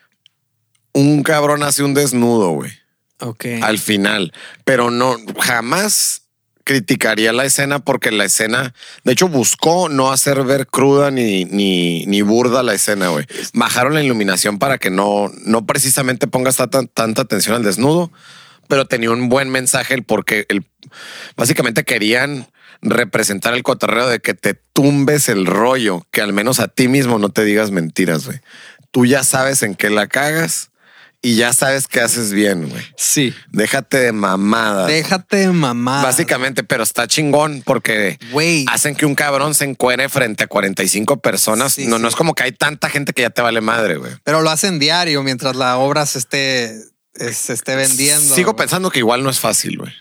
un cabrón hace un desnudo, güey, Ok. al final. Pero no, jamás criticaría la escena porque la escena, de hecho, buscó no hacer ver cruda ni burda la escena, güey. Bajaron la iluminación para que no precisamente pongas tanta atención al desnudo, pero tenía un buen mensaje porque básicamente querían representar el cotorreo de que te tumbes el rollo, que al menos a ti mismo no te digas mentiras, güey. Tú ya sabes en qué la cagas y ya sabes qué haces bien, güey. Sí. Déjate de mamadas. Déjate de mamá. Básicamente, pero está chingón porque Güey. hacen que un cabrón se encuere frente a 45 personas. Sí, no sí. es como que hay tanta gente que ya te vale madre, güey. Pero lo hacen diario mientras la obra se esté vendiendo. Sigo güey. pensando que igual no es fácil, güey.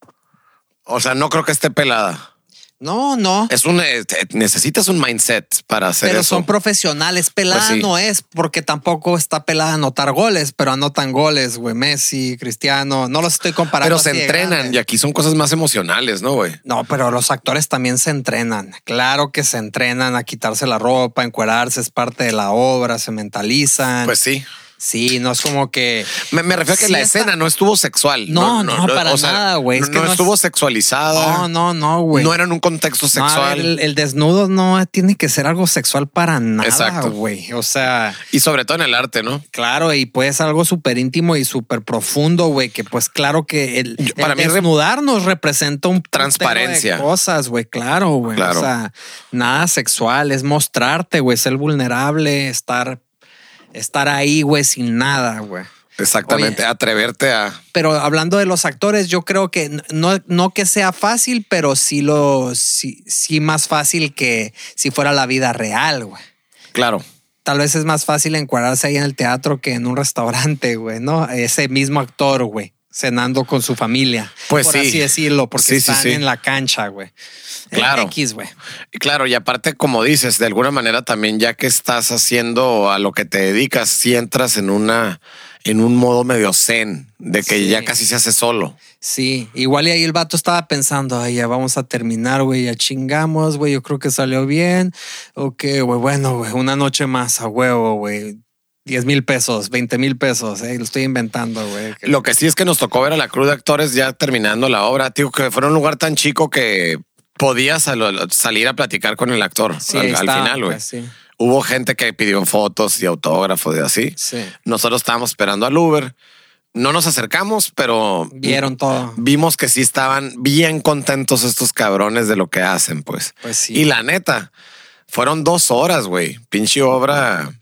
O sea, no creo que esté pelada. No. Necesitas un mindset para hacer Pero eso. son profesionales. Pelada Pues sí. no es, porque tampoco está pelada a anotar goles, pero anotan goles, güey. Messi, Cristiano. No los estoy comparando. Pero se así de entrenan grande. y aquí son cosas más emocionales, ¿no, güey? No, pero los actores también se entrenan. Claro que se entrenan a quitarse la ropa, a encuerarse, es parte de la obra, se mentalizan. Pues sí. Sí, no es como que... Me refiero a que Sí la está- escena no estuvo sexual. No, para o sea, nada, güey. Es que No no estuvo es- sexualizada. No, güey. No era en un contexto No, a sexual. ver, el desnudo no tiene que ser algo sexual para nada, Exacto. güey. O sea, Y sobre todo en el arte, ¿no? claro, y puede ser algo súper íntimo y súper profundo, güey, que pues claro que Para mí desnudar nos representa un putero Transparencia. de cosas, güey, claro, güey. Claro. O sea, nada sexual, es mostrarte, güey, ser vulnerable, estar ahí, güey, sin nada, güey. Exactamente. Oye. Atreverte a... Pero hablando de los actores, yo creo que no que sea fácil, pero sí más fácil que si fuera la vida real, güey. Claro. Tal vez es más fácil encuadrarse ahí en el teatro que en un restaurante, güey, ¿no? Ese mismo actor, güey, cenando con su familia. Pues por sí. así decirlo, porque Sí, están sí. en la cancha, güey. Claro. X, güey. Claro, y aparte, como dices, de alguna manera también, ya que estás haciendo a lo que te dedicas, si entras en un modo medio zen, de que Sí. ya casi se hace solo. Sí, igual y ahí el vato estaba pensando, ay, ya vamos a terminar, güey, ya chingamos, güey, yo creo que salió bien. Ok, güey, bueno, güey, una noche más a huevo, güey. 10,000 pesos, 20,000 pesos, lo estoy inventando, güey. Lo que sí es que nos tocó ver a la cruz de actores ya terminando la obra, tío, que fue un lugar tan chico que podías salir a platicar con el actor Sí, al ahí estaba, final, güey. pues, sí. Hubo gente que pidió fotos y autógrafos y así. Sí. Nosotros estábamos esperando al Uber. No nos acercamos, pero Vieron todo. vimos que sí estaban bien contentos estos cabrones de lo que hacen, pues. Pues sí. Y la neta, fueron 2 horas, güey. Pinche obra.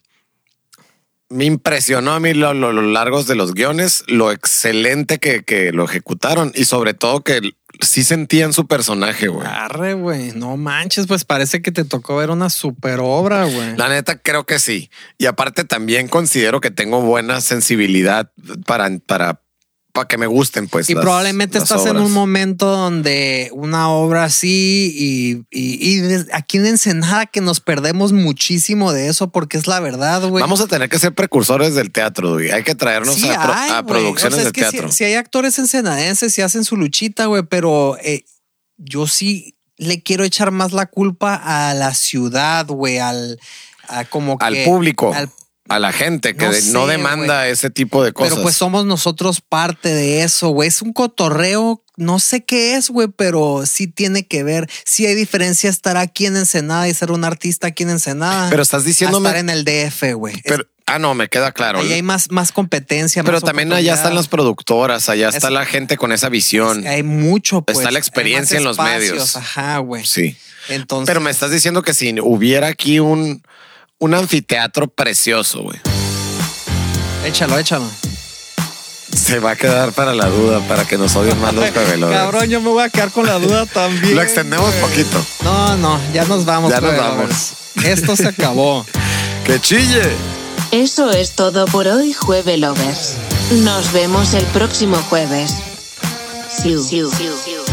Me impresionó a mí lo largos de los guiones, lo excelente que lo ejecutaron y sobre todo que sí sentían su personaje, güey. Arre, güey. No manches, pues parece que te tocó ver una super obra, güey. La neta creo que sí. Y aparte también considero que tengo buena sensibilidad para que me gusten, pues. Y probablemente las estás en obras. un momento donde una obra así y aquí en Ensenada que nos perdemos muchísimo de eso porque es la verdad, güey. Vamos a tener que ser precursores del teatro, güey. Hay que traernos Sí, a güey. producciones O sea, de es que teatro. si hay actores ensenadenses y hacen su luchita, güey, pero yo sí le quiero echar más la culpa a la ciudad, güey, como que al público, a la gente que no demanda ese tipo de cosas. Pero pues somos nosotros parte de eso, güey. Es un cotorreo, no sé qué es, güey, pero sí tiene que ver. Sí hay diferencia estar aquí en Ensenada y ser un artista aquí en Ensenada. Pero estás diciéndome... estar en el DF, güey. No, me queda claro. Ahí hay más competencia. Pero también allá están las productoras, allá está la gente con esa visión. Hay mucho, pues. Está la experiencia en los medios. Ajá, güey. Sí. Entonces... Pero me estás diciendo que si hubiera aquí un anfiteatro precioso, güey. Échalo. Se va a quedar para la duda, para que nos odien más los Juevelovers. Cabrón, yo me voy a quedar con la duda también. Lo extendemos poquito. No, ya nos vamos. Ya nos vamos. Esto se acabó. ¡Que chille! Eso es todo por hoy, Juevelovers. Nos vemos el próximo jueves. Siu.